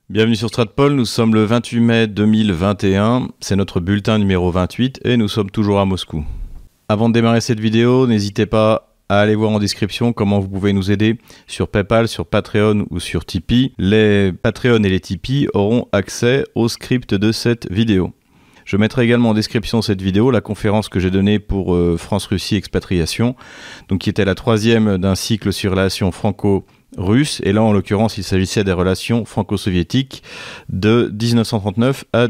Bienvenue sur Stratpol, nous sommes le 28 mai 2021, c'est notre bulletin numéro 28 et nous sommes toujours à Moscou. Avant de démarrer cette vidéo, n'hésitez pas à aller voir en description comment vous pouvez nous aider sur PayPal, sur Patreon ou sur Tipeee. Les Patreon et les Tipeee auront accès au script de cette vidéo. Je mettrai également en description cette vidéo la conférence que j'ai donnée pour France-Russie Expatriation, donc qui était la troisième d'un cycle sur relations franco-russes, et là en l'occurrence il s'agissait des relations franco-soviétiques de 1939 à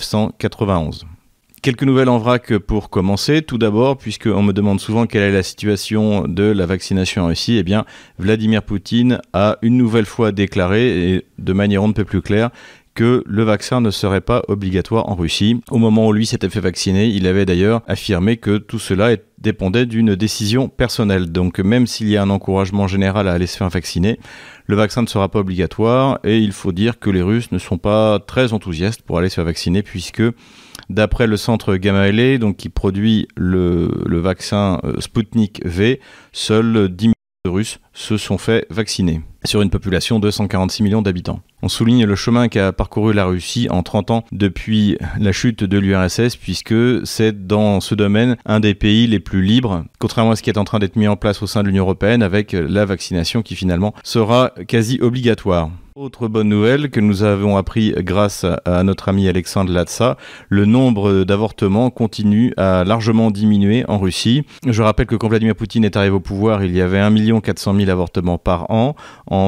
1991. Quelques nouvelles en vrac pour commencer. Tout d'abord, puisqu'on me demande souvent quelle est la situation de la vaccination en Russie, eh bien Vladimir Poutine a une nouvelle fois déclaré, et de manière on ne peut plus claire, que le vaccin ne serait pas obligatoire en Russie. Au moment où lui s'était fait vacciner, il avait d'ailleurs affirmé que tout cela dépendait d'une décision personnelle. Donc même s'il y a un encouragement général à aller se faire vacciner, le vaccin ne sera pas obligatoire et il faut dire que les Russes ne sont pas très enthousiastes pour aller se faire vacciner puisque d'après le centre Gamaleya, donc qui produit le vaccin Sputnik V, seuls 10 millions de Russes se sont fait vacciner sur une population de 146 millions d'habitants. On souligne le chemin qu'a parcouru la Russie en 30 ans depuis la chute de l'URSS, puisque c'est dans ce domaine un des pays les plus libres, contrairement à ce qui est en train d'être mis en place au sein de l'Union européenne, avec la vaccination qui finalement sera quasi obligatoire. Autre bonne nouvelle que nous avons appris grâce à notre ami Alexandre Latsa, le nombre d'avortements continue à largement diminuer en Russie. Je rappelle que quand Vladimir Poutine est arrivé au pouvoir, il y avait 1 400 000 avortements par an. En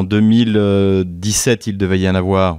2017, il devait y en avoir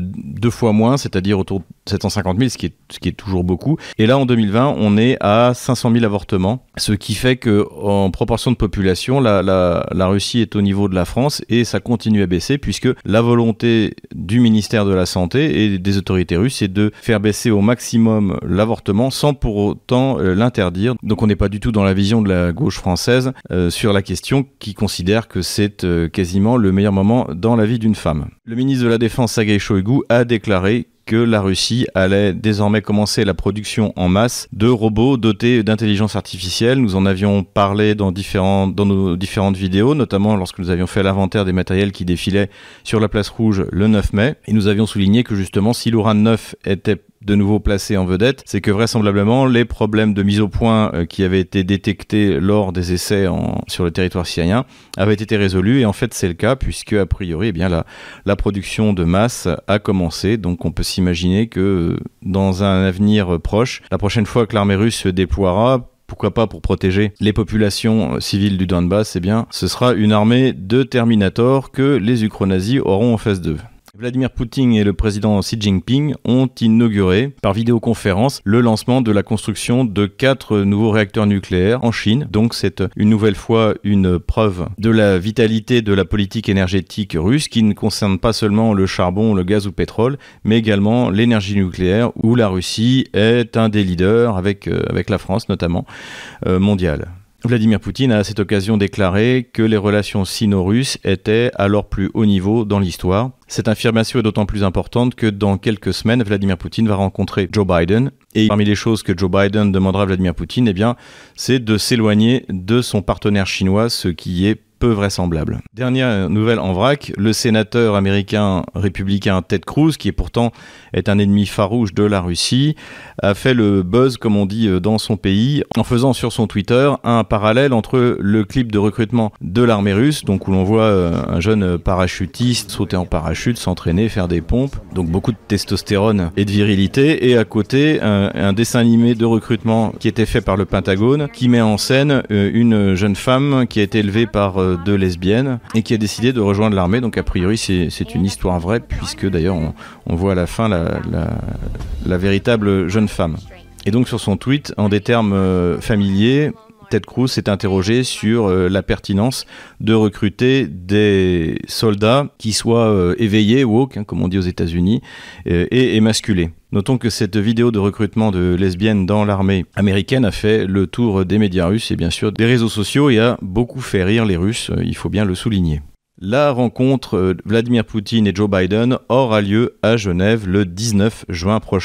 2 fois moins, c'est-à-dire autour de 750 000, ce qui est toujours beaucoup. Et là, en 2020, on est à 500 000 avortements, ce qui fait qu'en proportion de population, la Russie est au niveau de la France et ça continue à baisser puisque la volonté du ministère de la Santé et des autorités russes est de faire baisser au maximum l'avortement sans pour autant l'interdire. Donc on n'est pas du tout dans la vision de la gauche française sur la question qui considère que c'est quasiment le meilleur moment dans la vie d'une femme. Le ministre de la Défense, Sergueï Shoigu, a déclaré que la Russie allait désormais commencer la production en masse de robots dotés d'intelligence artificielle. Nous en avions parlé dans nos différentes vidéos, notamment lorsque nous avions fait l'inventaire des matériels qui défilaient sur la place rouge le 9 mai. Et nous avions souligné que justement, si l'Uran 9 était de nouveau placé en vedette, c'est que vraisemblablement les problèmes de mise au point qui avaient été détectés lors des essais sur le territoire syrien avaient été résolus et en fait c'est le cas puisque a priori eh bien la production de masse a commencé, donc on peut s'imaginer que dans un avenir proche, la prochaine fois que l'armée russe se déploiera, pourquoi pas pour protéger les populations civiles du Donbass, eh bien ce sera une armée de Terminator que les ukronazis auront en face d'eux. Vladimir Poutine et le président Xi Jinping ont inauguré par vidéoconférence le lancement de la construction de 4 nouveaux réacteurs nucléaires en Chine. Donc c'est une nouvelle fois une preuve de la vitalité de la politique énergétique russe qui ne concerne pas seulement le charbon, le gaz ou le pétrole, mais également l'énergie nucléaire où la Russie est un des leaders avec la France notamment mondiale. Vladimir Poutine a à cette occasion déclaré que les relations sino-russes étaient à leur plus haut niveau dans l'histoire. Cette affirmation est d'autant plus importante que dans quelques semaines, Vladimir Poutine va rencontrer Joe Biden. Et parmi les choses que Joe Biden demandera à Vladimir Poutine, eh bien, c'est de s'éloigner de son partenaire chinois, ce qui est peu vraisemblable. Dernière nouvelle en vrac, le sénateur américain républicain Ted Cruz, qui pourtant est un ennemi farouche de la Russie, a fait le buzz, comme on dit dans son pays, en faisant sur son Twitter un parallèle entre le clip de recrutement de l'armée russe, donc où l'on voit un jeune parachutiste sauter en parachute, s'entraîner, faire des pompes, donc beaucoup de testostérone et de virilité, et à côté un dessin animé de recrutement qui était fait par le Pentagone, qui met en scène une jeune femme qui a été élevée par 2 lesbiennes et qui a décidé de rejoindre l'armée. Donc a priori c'est une histoire vraie puisque d'ailleurs on voit à la fin la véritable jeune femme. Et donc sur son tweet, en des termes familiers, Ted Cruz s'est interrogé sur la pertinence de recruter des soldats qui soient éveillés, woke, comme on dit aux États-Unis, et émasculés. Notons que cette vidéo de recrutement de lesbiennes dans l'armée américaine a fait le tour des médias russes et bien sûr des réseaux sociaux et a beaucoup fait rire les Russes, il faut bien le souligner. La rencontre Vladimir Poutine et Joe Biden aura lieu à Genève le 19 juin prochain.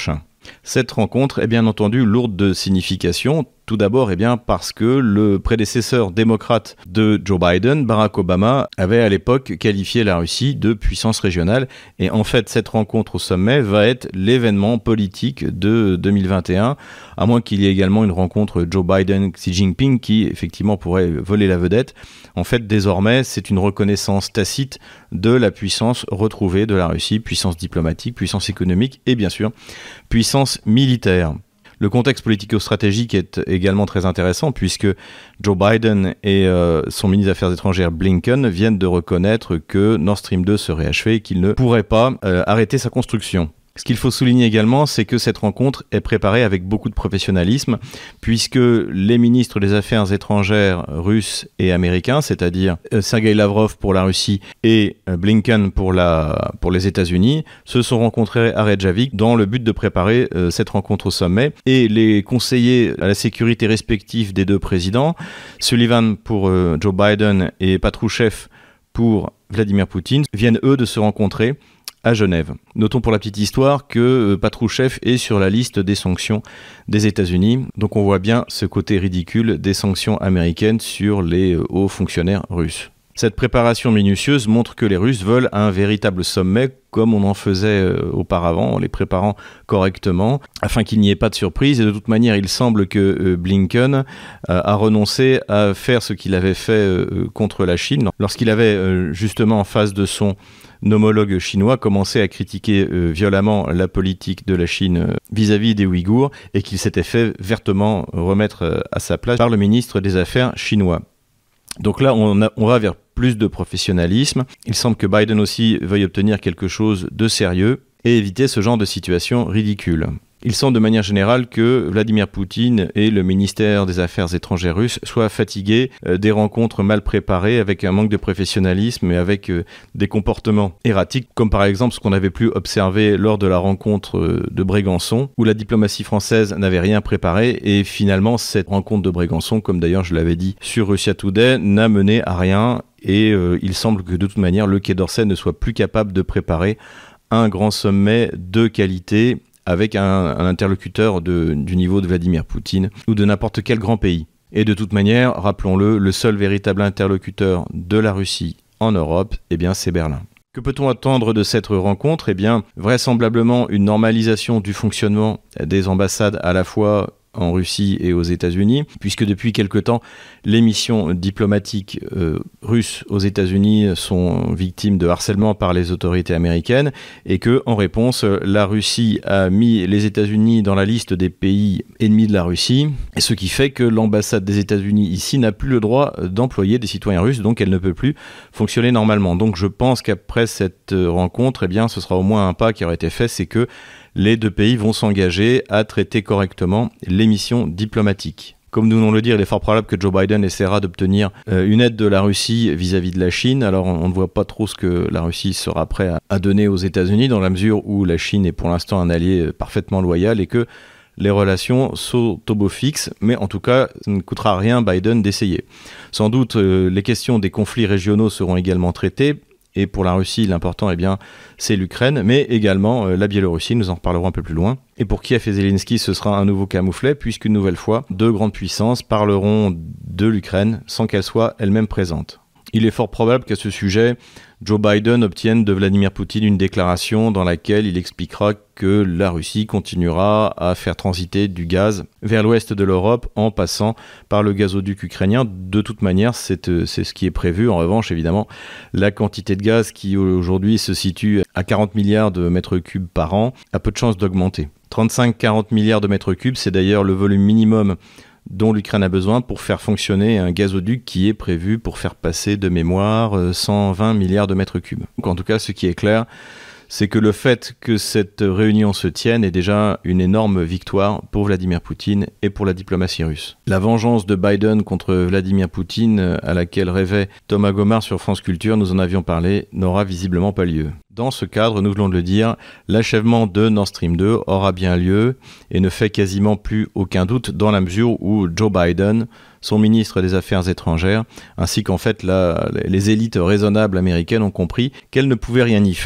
Cette rencontre est bien entendu lourde de signification. Tout d'abord, parce que le prédécesseur démocrate de Joe Biden, Barack Obama, avait à l'époque qualifié la Russie de puissance régionale. Et en fait, cette rencontre au sommet va être l'événement politique de 2021, à moins qu'il y ait également une rencontre Joe Biden-Xi Jinping qui, effectivement, pourrait voler la vedette. En fait, désormais, c'est une reconnaissance tacite de la puissance retrouvée de la Russie, puissance diplomatique, puissance économique et bien sûr, puissance militaire. Le contexte politico-stratégique est également très intéressant puisque Joe Biden et son ministre des Affaires étrangères Blinken viennent de reconnaître que Nord Stream 2 serait achevé et qu'il ne pourrait pas arrêter sa construction. Ce qu'il faut souligner également, c'est que cette rencontre est préparée avec beaucoup de professionnalisme, puisque les ministres des Affaires étrangères russes et américains, c'est-à-dire Sergei Lavrov pour la Russie et Blinken pour les États-Unis, se sont rencontrés à Reykjavik dans le but de préparer cette rencontre au sommet. Et les conseillers à la sécurité respectifs des deux présidents, Sullivan pour Joe Biden et Patrushev pour Vladimir Poutine, viennent eux de se rencontrer à Genève. Notons pour la petite histoire que Patrushev est sur la liste des sanctions des États-Unis. Donc on voit bien ce côté ridicule des sanctions américaines sur les hauts fonctionnaires russes. Cette préparation minutieuse montre que les Russes veulent un véritable sommet comme on en faisait auparavant, en les préparant correctement, afin qu'il n'y ait pas de surprise. Et de toute manière, il semble que Blinken a renoncé à faire ce qu'il avait fait contre la Chine, lorsqu'il avait justement en face de son homologue chinois commençait à critiquer violemment la politique de la Chine vis-à-vis des Ouïghours et qu'il s'était fait vertement remettre à sa place par le ministre des Affaires chinois. Donc là, on va vers plus de professionnalisme. Il semble que Biden aussi veuille obtenir quelque chose de sérieux et éviter ce genre de situation ridicule. Il semble de manière générale que Vladimir Poutine et le ministère des Affaires étrangères russe soient fatigués des rencontres mal préparées avec un manque de professionnalisme et avec des comportements erratiques, comme par exemple ce qu'on avait pu observer lors de la rencontre de Brégançon, où la diplomatie française n'avait rien préparé et finalement cette rencontre de Brégançon, comme d'ailleurs je l'avais dit sur Russia Today, n'a mené à rien et il semble que de toute manière le Quai d'Orsay ne soit plus capable de préparer un grand sommet de qualité avec un interlocuteur du niveau de Vladimir Poutine ou de n'importe quel grand pays. Et de toute manière, rappelons-le, le seul véritable interlocuteur de la Russie en Europe, c'est Berlin. Que peut-on attendre de cette rencontre ? Vraisemblablement une normalisation du fonctionnement des ambassades à la fois en Russie et aux États-Unis, puisque depuis quelque temps, les missions diplomatiques russes aux États-Unis sont victimes de harcèlement par les autorités américaines, et que, en réponse, la Russie a mis les États-Unis dans la liste des pays ennemis de la Russie, ce qui fait que l'ambassade des États-Unis ici n'a plus le droit d'employer des citoyens russes, donc elle ne peut plus fonctionner normalement. Donc je pense qu'après cette rencontre, ce sera au moins un pas qui aurait été fait, c'est que les deux pays vont s'engager à traiter correctement les missions diplomatiques. Comme nous venons de le dire, il est fort probable que Joe Biden essaiera d'obtenir une aide de la Russie vis-à-vis de la Chine. Alors on ne voit pas trop ce que la Russie sera prête à donner aux États-Unis, dans la mesure où la Chine est pour l'instant un allié parfaitement loyal et que les relations sont au beau fixe, mais en tout cas, ça ne coûtera rien à Biden d'essayer. Sans doute, les questions des conflits régionaux seront également traitées. Et pour la Russie, l'important, c'est l'Ukraine, mais également la Biélorussie, nous en reparlerons un peu plus loin. Et pour Kiev et Zelensky, ce sera un nouveau camouflet, puisqu'une nouvelle fois, deux grandes puissances parleront de l'Ukraine sans qu'elle soit elle-même présente. Il est fort probable qu'à ce sujet, Joe Biden obtienne de Vladimir Poutine une déclaration dans laquelle il expliquera que la Russie continuera à faire transiter du gaz vers l'ouest de l'Europe en passant par le gazoduc ukrainien. De toute manière, c'est ce qui est prévu. En revanche, évidemment, la quantité de gaz qui aujourd'hui se situe à 40 milliards de mètres cubes par an a peu de chances d'augmenter. 35-40 milliards de mètres cubes, c'est d'ailleurs le volume minimum dont l'Ukraine a besoin pour faire fonctionner un gazoduc qui est prévu pour faire passer de mémoire 120 milliards de mètres cubes. Donc en tout cas, ce qui est clair, c'est que le fait que cette réunion se tienne est déjà une énorme victoire pour Vladimir Poutine et pour la diplomatie russe. La vengeance de Biden contre Vladimir Poutine, à laquelle rêvait Thomas Gomard sur France Culture, nous en avions parlé, n'aura visiblement pas lieu. Dans ce cadre, nous venons de le dire, l'achèvement de Nord Stream 2 aura bien lieu et ne fait quasiment plus aucun doute dans la mesure où Joe Biden, son ministre des Affaires étrangères, ainsi qu'en fait les élites raisonnables américaines ont compris qu'elles ne pouvaient rien y faire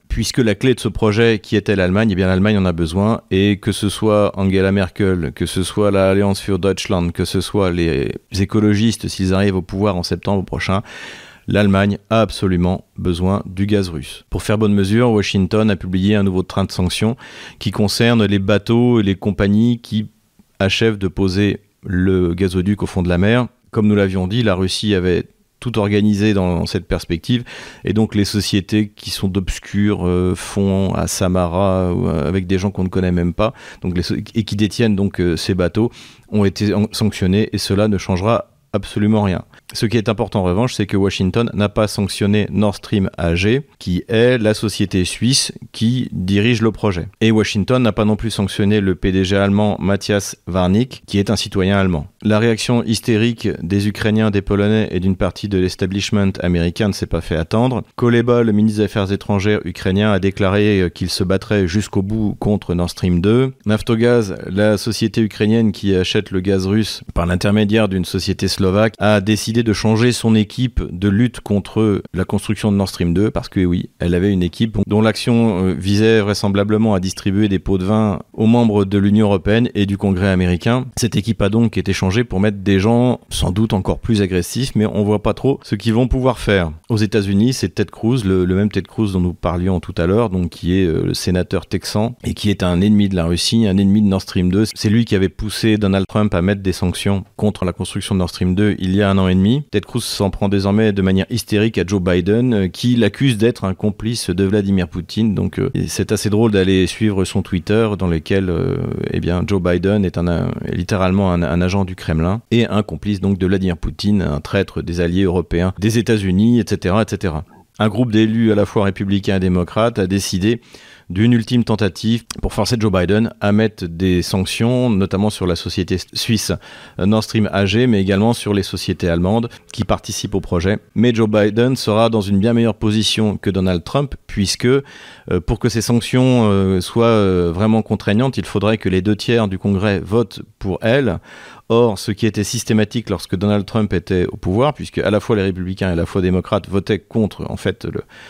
puisque la clé de ce projet qui était l'Allemagne, eh bien l'Allemagne en a besoin, et que ce soit Angela Merkel, que ce soit la Allianz für Deutschland, que ce soit les écologistes s'ils arrivent au pouvoir en septembre prochain, l'Allemagne a absolument besoin du gaz russe. Pour faire bonne mesure, Washington a publié un nouveau train de sanctions qui concerne les bateaux et les compagnies qui achèvent de poser le gazoduc au fond de la mer. Comme nous l'avions dit, la Russie avait tout organisé dans cette perspective, et donc les sociétés qui sont d'obscurs fonds à Samara, avec des gens qu'on ne connaît même pas, donc et qui détiennent donc ces bateaux, ont été sanctionnés, et cela ne changera absolument rien. Ce qui est important en revanche, c'est que Washington n'a pas sanctionné Nord Stream AG, qui est la société suisse qui dirige le projet. Et Washington n'a pas non plus sanctionné le PDG allemand Matthias Warnig, qui est un citoyen allemand. La réaction hystérique des Ukrainiens, des Polonais et d'une partie de l'establishment américain ne s'est pas fait attendre. Kuleba, le ministre des Affaires étrangères ukrainien, a déclaré qu'il se battrait jusqu'au bout contre Nord Stream 2. Naftogaz, la société ukrainienne qui achète le gaz russe par l'intermédiaire d'une société slovaque, a décidé de changer son équipe de lutte contre la construction de Nord Stream 2, parce que oui, elle avait une équipe dont l'action visait vraisemblablement à distribuer des pots de vin aux membres de l'Union européenne et du Congrès américain. Cette équipe a donc été changée pour mettre des gens sans doute encore plus agressifs, mais on voit pas trop ce qu'ils vont pouvoir faire. Aux États-Unis, c'est Ted Cruz, le même Ted Cruz dont nous parlions tout à l'heure, donc qui est le sénateur texan et qui est un ennemi de la Russie, un ennemi de Nord Stream 2. C'est lui qui avait poussé Donald Trump à mettre des sanctions contre la construction de Nord Stream 2 il y a 1 an et demi. Ted Cruz s'en prend désormais de manière hystérique à Joe Biden, qui l'accuse d'être un complice de Vladimir Poutine. Donc c'est assez drôle d'aller suivre son Twitter dans lequel eh bien, Joe Biden est littéralement un agent du Kremlin et un complice donc de Vladimir Poutine, un traître des alliés européens des États-Unis, etc., etc. Un groupe d'élus à la fois républicains et démocrates a décidé d'une ultime tentative pour forcer Joe Biden à mettre des sanctions, notamment sur la société suisse Nord Stream AG, mais également sur les sociétés allemandes qui participent au projet. Mais Joe Biden sera dans une bien meilleure position que Donald Trump, puisque pour que ces sanctions soient vraiment contraignantes, il faudrait que les 2/3 du Congrès votent pour elles. Or, ce qui était systématique lorsque Donald Trump était au pouvoir, puisque à la fois les républicains et à la fois démocrates votaient contre en fait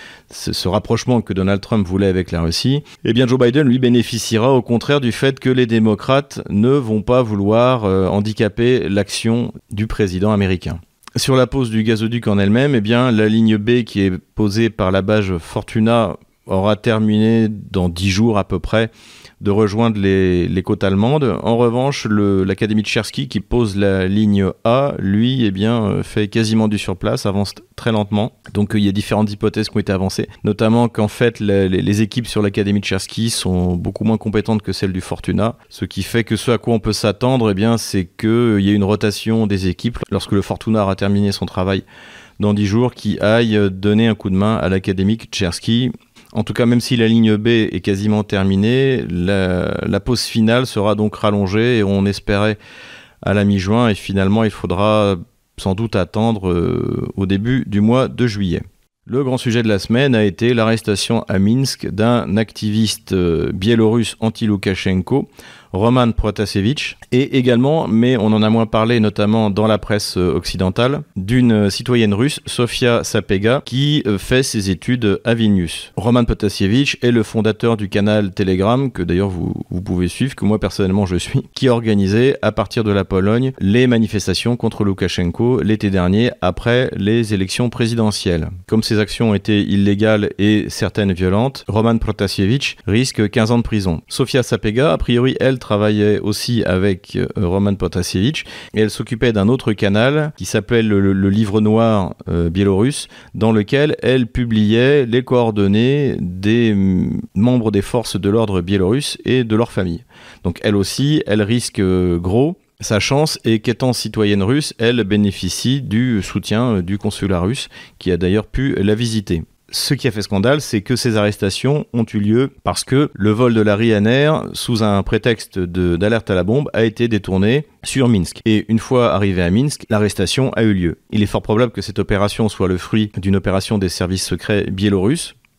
ce rapprochement que Donald Trump voulait avec la Russie, eh bien Joe Biden, lui, bénéficiera au contraire du fait que les démocrates ne vont pas vouloir handicaper l'action du président américain. Sur la pose du gazoduc en elle-même, eh bien, la ligne B qui est posée par la base Fortuna aura terminé dans 10 jours à peu près de rejoindre les côtes allemandes. En revanche, l'Académie de Chersky qui pose la ligne A, lui, eh bien, fait quasiment du surplace, avance très lentement. Donc il y a différentes hypothèses qui ont été avancées, notamment qu'en fait les équipes sur l'Académie de Chersky sont beaucoup moins compétentes que celles du Fortuna, ce qui fait que ce à quoi on peut s'attendre, eh bien, c'est qu'il y ait une rotation des équipes lorsque le Fortuna aura terminé son travail dans 10 jours, qui aille donner un coup de main à l'Académie de Chersky. En tout cas, même si la ligne B est quasiment terminée, la pause finale sera donc rallongée et on espérait à la mi-juin, et finalement il faudra sans doute attendre au début du mois de juillet. Le grand sujet de la semaine a été l'arrestation à Minsk d'un activiste biélorusse anti-Loukachenko, Roman Protasevich, et également, mais on en a moins parlé notamment dans la presse occidentale, d'une citoyenne russe, Sofia Sapega, qui fait ses études à Vilnius. Roman Protasevich est le fondateur du canal Telegram, que d'ailleurs vous pouvez suivre, que moi personnellement je suis, qui a organisé à partir de la Pologne les manifestations contre Loukachenko l'été dernier après les élections présidentielles. Comme ces actions ont été illégales et certaines violentes, Roman Protasevich risque 15 ans de prison. Sofia Sapega, a priori, elle travaillait aussi avec Roman Protasevich et elle s'occupait d'un autre canal qui s'appelait le Livre Noir biélorusse, dans lequel elle publiait les coordonnées des membres des forces de l'ordre biélorusse et de leur famille. Donc elle aussi, elle risque gros. Sa chance est qu'étant citoyenne russe, elle bénéficie du soutien du consulat russe qui a d'ailleurs pu la visiter. Ce qui a fait scandale, c'est que ces arrestations ont eu lieu parce que le vol de la Ryanair, sous un prétexte d'alerte à la bombe, a été détourné sur Minsk. Et une fois arrivé à Minsk, l'arrestation a eu lieu. Il est fort probable que cette opération soit le fruit d'une opération des services secrets biélorusses,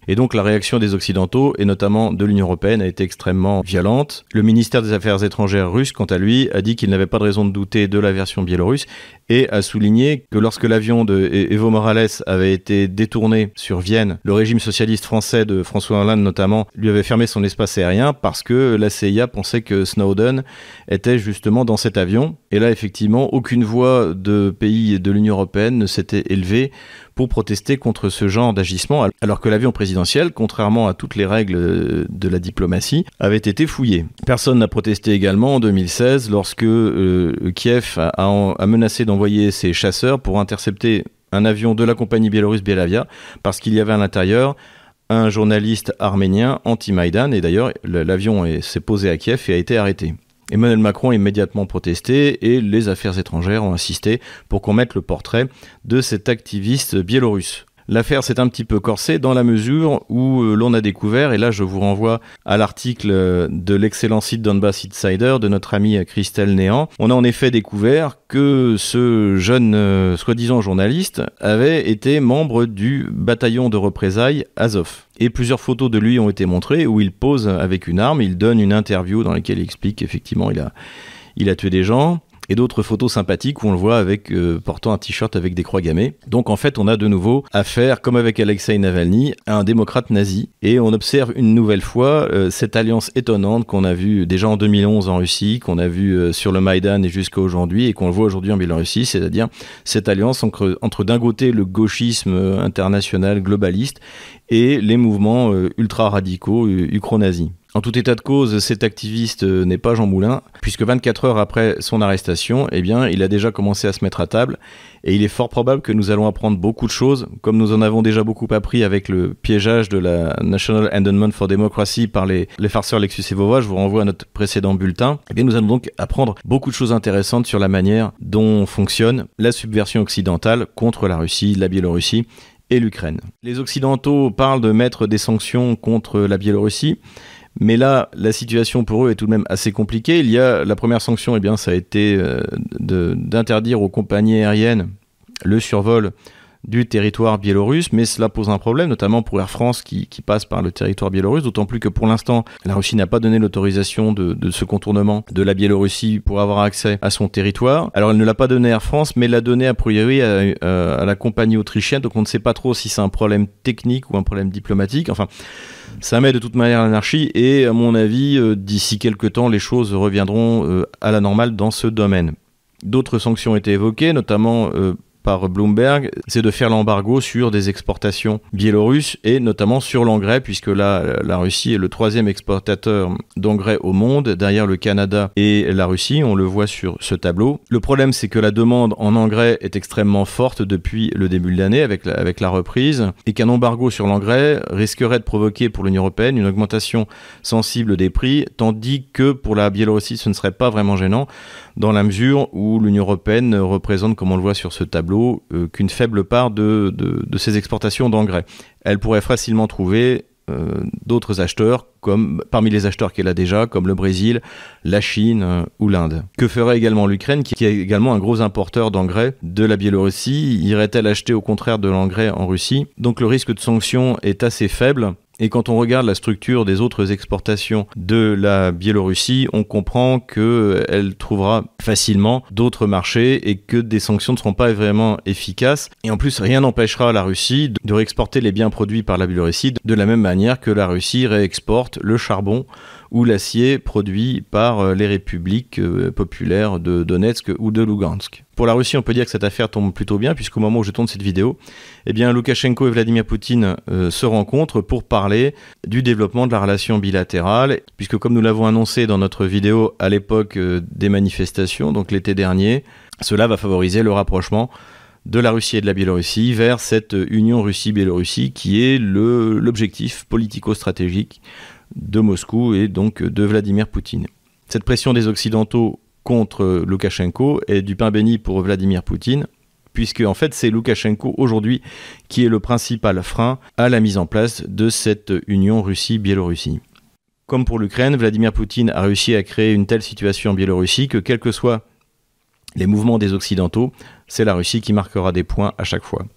Et donc la réaction des Occidentaux, et notamment de l'Union européenne, a été extrêmement violente. Le ministère des Affaires étrangères russe, quant à lui, a dit qu'il n'avait pas de raison de douter de la version biélorusse et a souligné que lorsque l'avion de Evo Morales avait été détourné sur Vienne, le régime socialiste français de François Hollande notamment lui avait fermé son espace aérien parce que la CIA pensait que Snowden était justement dans cet avion. Et là, effectivement, aucune voix de pays de l'Union européenne ne s'était élevée pour protester contre ce genre d'agissement, alors que l'avion présidentiel, contrairement à toutes les règles de la diplomatie, avait été fouillé. Personne n'a protesté également en 2016 lorsque Kiev a menacé d'envoyer ses chasseurs pour intercepter un avion de la compagnie biélorusse Belavia, parce qu'il y avait à l'intérieur un journaliste arménien anti-Maïdan, et d'ailleurs l'avion s'est posé à Kiev et a été arrêté. Emmanuel Macron a immédiatement protesté et les affaires étrangères ont insisté pour qu'on mette le portrait de cet activiste biélorusse. L'affaire s'est un petit peu corsée dans la mesure où l'on a découvert, et là je vous renvoie à l'article de l'excellent site Donbass Insider de notre ami Christelle Néant. On a en effet découvert que ce jeune soi-disant journaliste avait été membre du bataillon de représailles Azov. Et plusieurs photos de lui ont été montrées où il pose avec une arme, il donne une interview dans laquelle il explique qu'effectivement il a tué des gens. Et d'autres photos sympathiques où on le voit avec portant un t-shirt avec des croix gammées. Donc en fait, on a de nouveau affaire, comme avec Alexei Navalny, à un démocrate nazi. Et on observe une nouvelle fois cette alliance étonnante qu'on a vue déjà en 2011 en Russie, qu'on a vue sur le Maïdan et jusqu'à aujourd'hui, et qu'on le voit aujourd'hui en Biélorussie, c'est-à-dire cette alliance entre d'un côté le gauchisme international globaliste et les mouvements ultra-radicaux ukro-nazis. En tout état de cause, cet activiste n'est pas Jean Moulin, puisque 24 heures après son arrestation, eh bien, il a déjà commencé à se mettre à table, et il est fort probable que nous allons apprendre beaucoup de choses, comme nous en avons déjà beaucoup appris avec le piégeage de la National Endowment for Democracy par les farceurs Lexus et Vova. Je vous renvoie à notre précédent bulletin. Eh bien, nous allons donc apprendre beaucoup de choses intéressantes sur la manière dont fonctionne la subversion occidentale contre la Russie, la Biélorussie et l'Ukraine. Les Occidentaux parlent de mettre des sanctions contre la Biélorussie, mais là, la situation pour eux est tout de même assez compliquée. Il y a la première sanction, eh bien, ça a été d'interdire aux compagnies aériennes le survol du territoire biélorusse, mais cela pose un problème, notamment pour Air France qui passe par le territoire biélorusse, d'autant plus que pour l'instant, la Russie n'a pas donné l'autorisation de ce contournement de la Biélorussie pour avoir accès à son territoire. Alors elle ne l'a pas donné à Air France, mais l'a donné a priori à la compagnie autrichienne, donc on ne sait pas trop si c'est un problème technique ou un problème diplomatique. Enfin, ça met de toute manière l'anarchie et à mon avis, d'ici quelques temps, les choses reviendront à la normale dans ce domaine. D'autres sanctions ont été évoquées, notamment par Bloomberg, c'est de faire l'embargo sur des exportations biélorusses et notamment sur l'engrais, puisque là, la Russie est le 3e exportateur d'engrais au monde, derrière le Canada et la Russie, on le voit sur ce tableau. Le problème, c'est que la demande en engrais est extrêmement forte depuis le début de l'année avec la reprise, et qu'un embargo sur l'engrais risquerait de provoquer pour l'Union européenne une augmentation sensible des prix, tandis que pour la Biélorussie, ce ne serait pas vraiment gênant, dans la mesure où l'Union européenne représente, comme on le voit sur ce tableau, qu'une faible part de ses exportations d'engrais. Elle pourrait facilement trouver d'autres acheteurs, comme parmi les acheteurs qu'elle a déjà, comme le Brésil, la Chine ou l'Inde. Que ferait également l'Ukraine, qui est également un gros importeur d'engrais de la Biélorussie? Irait-elle acheter au contraire de l'engrais en Russie? Donc le risque de sanction est assez faible. Et quand on regarde la structure des autres exportations de la Biélorussie, on comprend qu'elle trouvera facilement d'autres marchés et que des sanctions ne seront pas vraiment efficaces. Et en plus, rien n'empêchera la Russie de réexporter les biens produits par la Biélorussie de la même manière que la Russie réexporte le charbon ou l'acier produit par les républiques populaires de Donetsk ou de Lugansk. Pour la Russie, on peut dire que cette affaire tombe plutôt bien, puisqu'au moment où je tourne cette vidéo, eh bien, Loukachenko et Vladimir Poutine se rencontrent pour parler du développement de la relation bilatérale, puisque comme nous l'avons annoncé dans notre vidéo à l'époque des manifestations, donc l'été dernier, cela va favoriser le rapprochement de la Russie et de la Biélorussie vers cette union Russie-Biélorussie qui est l'objectif politico-stratégique de Moscou et donc de Vladimir Poutine. Cette pression des Occidentaux contre Loukachenko est du pain béni pour Vladimir Poutine, puisque en fait c'est Loukachenko aujourd'hui qui est le principal frein à la mise en place de cette union Russie-Biélorussie. Comme pour l'Ukraine, Vladimir Poutine a réussi à créer une telle situation en Biélorussie que quels que soient les mouvements des Occidentaux, c'est la Russie qui marquera des points à chaque fois.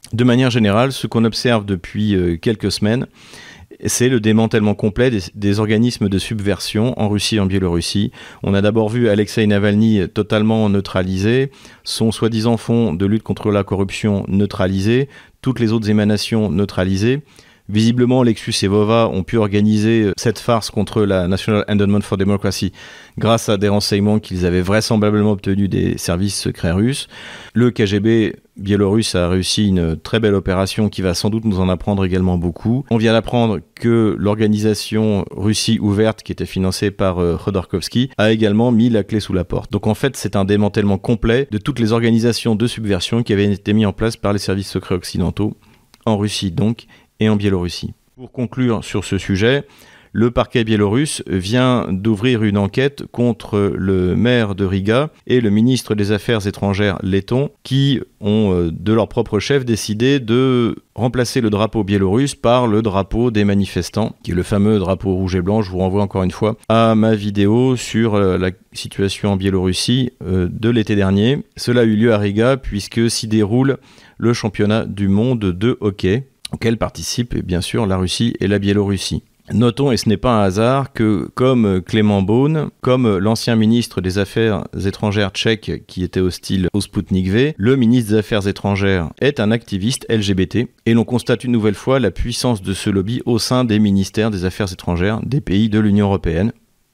De manière générale, ce qu'on observe depuis quelques semaines, c'est le démantèlement complet des organismes de subversion en Russie et en Biélorussie. On a d'abord vu Alexei Navalny totalement neutralisé, son soi-disant fonds de lutte contre la corruption neutralisé, toutes les autres émanations neutralisées. Visiblement, Lexus et Vova ont pu organiser cette farce contre la National Endowment for Democracy grâce à des renseignements qu'ils avaient vraisemblablement obtenus des services secrets russes. Le KGB biélorusse a réussi une très belle opération qui va sans doute nous en apprendre également beaucoup. On vient d'apprendre que l'organisation Russie ouverte, qui était financée par Khodorkovsky, a également mis la clé sous la porte. Donc en fait, c'est un démantèlement complet de toutes les organisations de subversion qui avaient été mises en place par les services secrets occidentaux, en Russie donc, et en Biélorussie. Pour conclure sur ce sujet, le parquet biélorusse vient d'ouvrir une enquête contre le maire de Riga et le ministre des Affaires étrangères letton qui ont, de leur propre chef, décidé de remplacer le drapeau biélorusse par le drapeau des manifestants, qui est le fameux drapeau rouge et blanc. Je vous renvoie encore une fois à ma vidéo sur la situation en Biélorussie de l'été dernier. Cela a eu lieu à Riga puisque s'y déroule le championnat du monde de hockey, auquel participent bien sûr la Russie et la Biélorussie. Notons, et ce n'est pas un hasard, que comme Clément Beaune, comme l'ancien ministre des Affaires étrangères tchèque qui était hostile au Sputnik V, le ministre des Affaires étrangères est un activiste LGBT, et l'on constate une nouvelle fois la puissance de ce lobby au sein des ministères des Affaires étrangères des pays de l'Union européenne.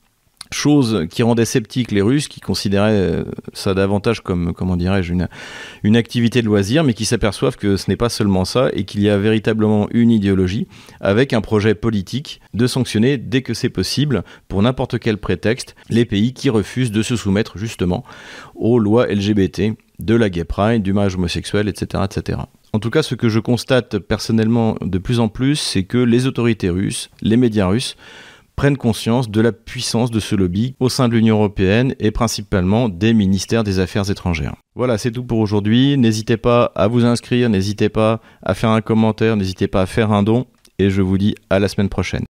Chose qui rendait sceptiques les Russes, qui considéraient ça davantage comme, comment dirais-je, une activité de loisir, mais qui s'aperçoivent que ce n'est pas seulement ça, et qu'il y a véritablement une idéologie, avec un projet politique de sanctionner dès que c'est possible, pour n'importe quel prétexte, les pays qui refusent de se soumettre justement aux lois LGBT, de la gay pride, du mariage homosexuel, etc., etc. En tout cas, ce que je constate personnellement de plus en plus, c'est que les autorités russes, les médias russes, prennent conscience de la puissance de ce lobby au sein de l'Union européenne et principalement des ministères des Affaires étrangères. Voilà, c'est tout pour aujourd'hui. N'hésitez pas à vous inscrire, n'hésitez pas à faire un commentaire, n'hésitez pas à faire un don et je vous dis à la semaine prochaine.